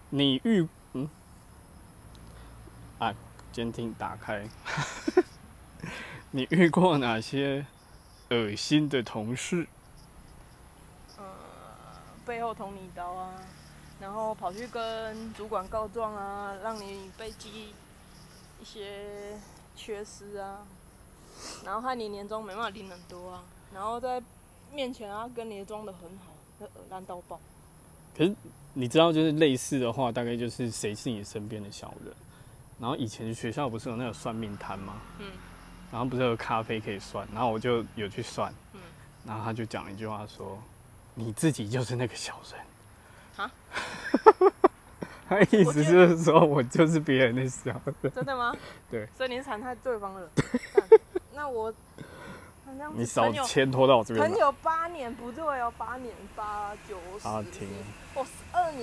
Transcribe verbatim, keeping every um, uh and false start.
你遇嗯啊，监听打开，你遇过哪些恶心的同事？ 呃，背后捅你一刀啊，然后跑去跟主管告状啊，让你被记一些缺失啊，然后害你年终没办法领很多啊，然后在面前啊跟你装的很好，那恶烂到爆。 可是你知道，就是类似的话，大概就是谁是你身边的小人。然后以前学校不是有那个算命摊吗？ 嗯然后不是有咖啡可以算，然后我就有去算， 嗯， 然后他就讲了一句话说：“你自己就是那个小人。” 哈， 他意思我觉得就是说我就是别人的小人。 真的吗？ 对， 所以你是残害对方了。干那我那这样你少子朋友牵拖到我这边来。 朋友八年不对哦，八年八九十好，停了。 哇，十二年。